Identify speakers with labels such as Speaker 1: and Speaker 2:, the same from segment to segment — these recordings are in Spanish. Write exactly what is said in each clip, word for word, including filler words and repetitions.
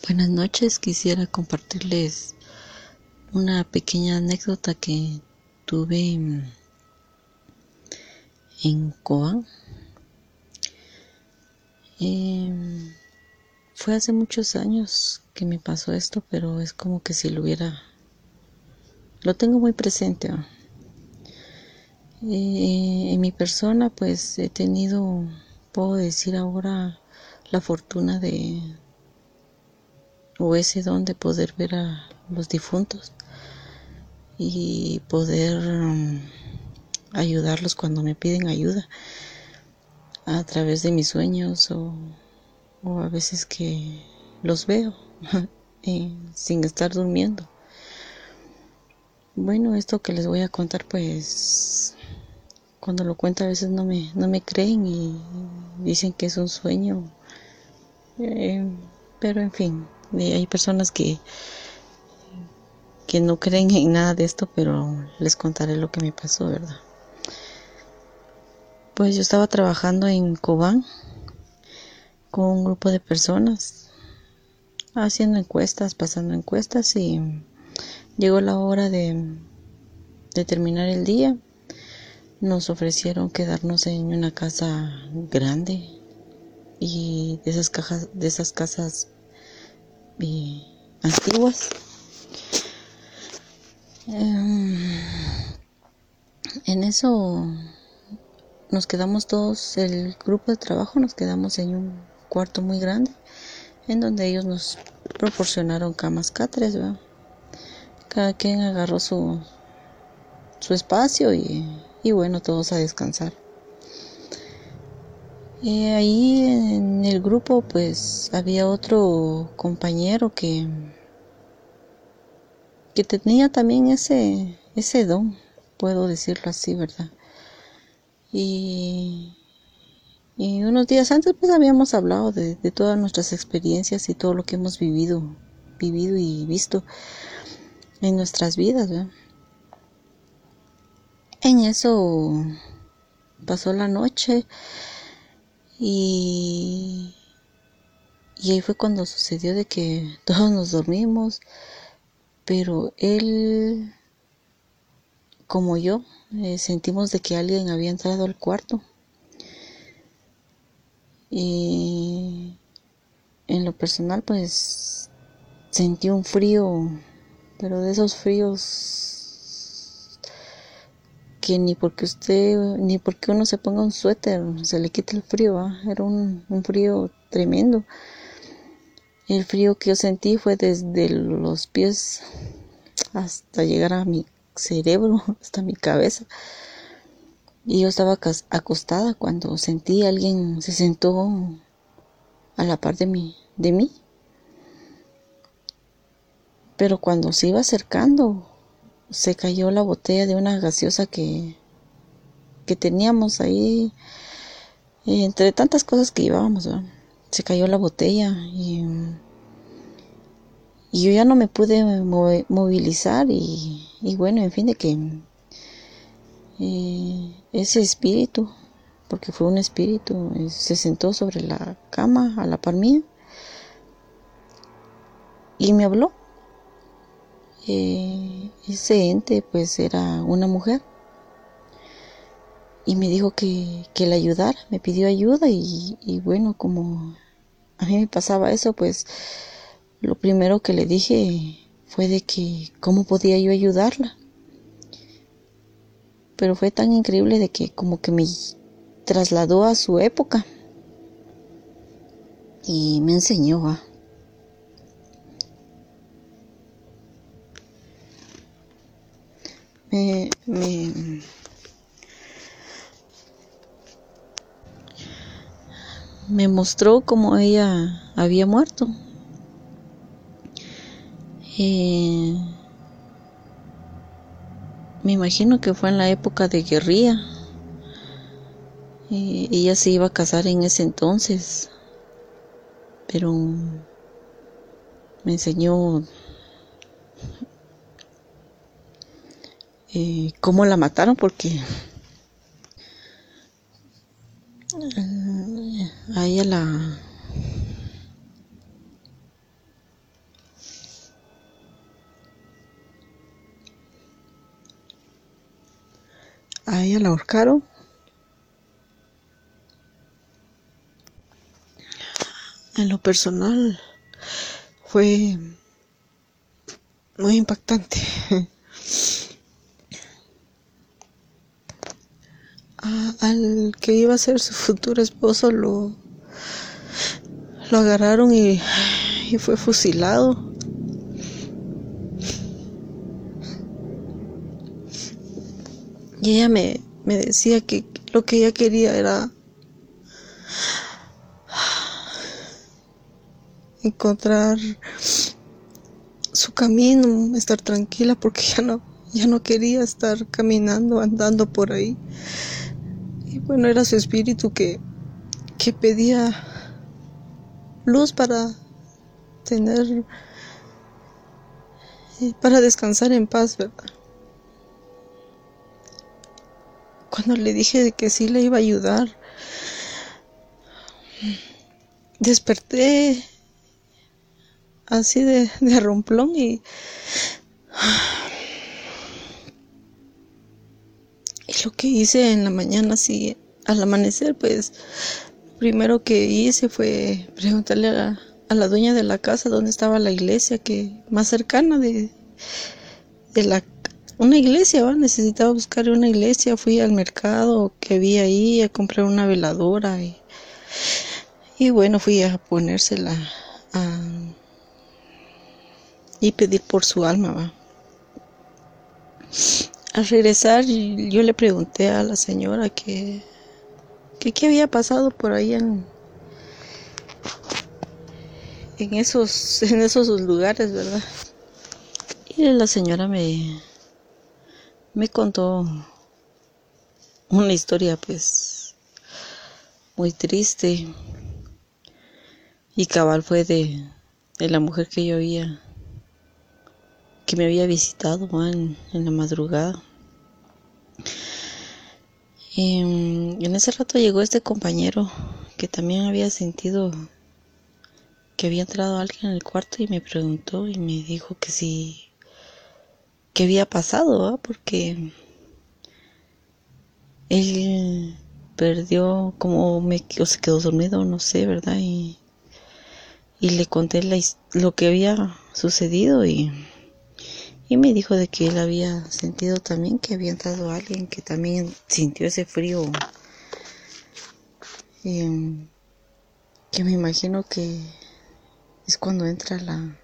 Speaker 1: Buenas noches, quisiera compartirles una pequeña anécdota que tuve en, en Cobán. Eh, fue hace muchos años que me pasó esto, pero es como que si lo hubiera, lo tengo muy presente. ¿no? Eh, en mi persona, pues he tenido, puedo decir ahora, la fortuna de, o ese don de poder ver a los difuntos y poder um, ayudarlos cuando me piden ayuda a través de mis sueños o, o a veces que los veo eh, sin estar durmiendo. Bueno, esto que les voy a contar, pues cuando lo cuento a veces no me, no me creen y dicen que es un sueño, eh, pero en fin, hay personas que que no creen en nada de esto, pero les contaré lo que me pasó, ¿verdad? Pues yo estaba trabajando en Cobán con un grupo de personas, haciendo encuestas, pasando encuestas, y llegó la hora de, de terminar el día. Nos ofrecieron quedarnos en una casa grande y de esas cajas, de esas casas eh, antiguas. Eh, en eso nos quedamos todos, el grupo de trabajo, nos quedamos en un cuarto muy grande, en donde ellos nos proporcionaron camas cáteres, ¿verdad? Cada quien agarró su, su espacio y, y bueno, todos a descansar. Y ahí en el grupo pues había otro compañero que, que tenía también ese, ese don, puedo decirlo así, ¿verdad? Y, y unos días antes pues habíamos hablado de, de todas nuestras experiencias y todo lo que hemos vivido, vivido y visto en nuestras vidas, ¿verdad? En eso pasó la noche y, y ahí fue cuando sucedió de que todos nos dormimos, pero él, como yo, eh, sentimos de que alguien había entrado al cuarto y en lo personal pues sentí un frío, pero de esos fríos que ni porque usted, ni porque uno se ponga un suéter se le quita el frío, ¿eh? Era un, un frío tremendo. El frío que yo sentí fue desde los pies hasta llegar a mi cerebro, hasta mi cabeza. Y yo estaba acostada cuando sentí a alguien se sentó a la par de mí, de mí. Pero cuando se iba acercando, se cayó la botella de una gaseosa que, que teníamos ahí, entre tantas cosas que llevábamos, ¿verdad? Se cayó la botella y, y yo ya no me pude movilizar y, y bueno, en fin, de que eh, ese espíritu, porque fue un espíritu, eh, se sentó sobre la cama a la par mía y me habló. Eh, ese ente pues era una mujer y me dijo que, que le ayudara, me pidió ayuda y, y bueno, como a mí me pasaba eso, pues lo primero que le dije fue de que cómo podía yo ayudarla. Pero fue tan increíble de que como que me trasladó a su época y me enseñó a me, me me mostró cómo ella había muerto. Eh, me imagino que fue en la época de guerrilla. Eh, ella se iba a casar en ese entonces, pero me enseñó eh, cómo la mataron, porque eh, a ella la a ella la ahorcaron. En lo personal fue muy impactante. A, al que iba a ser su futuro esposo lo, lo agarraron y, y fue fusilado. Y ella me, me decía que lo que ella quería era encontrar su camino, estar tranquila, porque ya no, ya no quería estar caminando, andando por ahí. Y bueno, era su espíritu que, que pedía luz para tener, para descansar en paz, ¿verdad? Cuando le dije que sí le iba a ayudar, desperté así de, de romplón y, y lo que hice en la mañana, así al amanecer, pues primero que hice fue preguntarle a la, a la dueña de la casa dónde estaba la iglesia que más cercana de, de la una iglesia, ¿va? Necesitaba buscar una iglesia. Fui al mercado que había ahí a comprar una veladora y, y bueno, fui a ponérsela a, y pedir por su alma, ¿va? Al regresar yo le pregunté a la señora que que qué había pasado por ahí en en esos en esos lugares, ¿verdad? Y la señora me me contó una historia pues muy triste, y cabal fue de, de la mujer que yo había que me había visitado, ¿va? en, en la madrugada. Y en ese rato llegó este compañero que también había sentido que había entrado alguien en el cuarto y me preguntó y me dijo que sí, qué había pasado, ¿va? Porque él perdió, como me, o se quedó dormido, no sé, ¿verdad? Y, y le conté la, lo que había sucedido y, y me dijo de que él había sentido también que había entrado alguien que también sintió ese frío. Y, que me imagino que es cuando entra la...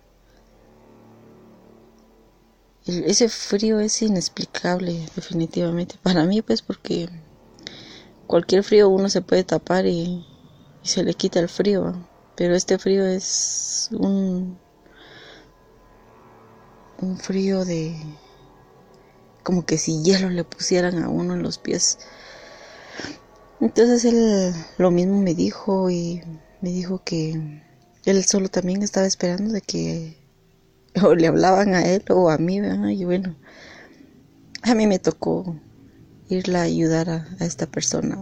Speaker 1: El, ese frío es inexplicable, definitivamente. Para mí, pues, porque cualquier frío uno se puede tapar y, y se le quita el frío, ¿va? Pero este frío es un, un frío de... como que si hielo le pusieran a uno en los pies. Entonces él lo mismo me dijo y me dijo que él solo también estaba esperando de que o le hablaban a él o a mí, ¿verdad? Y bueno, a mí me tocó irla a ayudar a, a esta persona.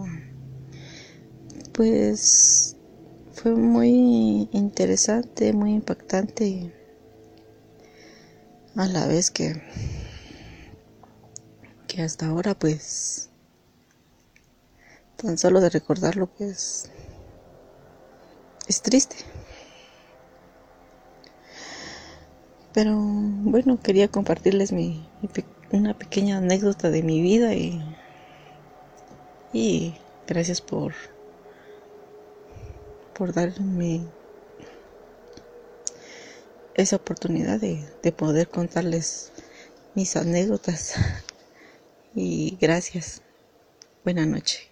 Speaker 1: Pues fue muy interesante, muy impactante, a la vez que que hasta ahora pues tan solo de recordarlo pues es triste. Pero bueno, quería compartirles mi, mi una pequeña anécdota de mi vida y y gracias por por darme esa oportunidad de, de poder contarles mis anécdotas. Y gracias. Buenas noches.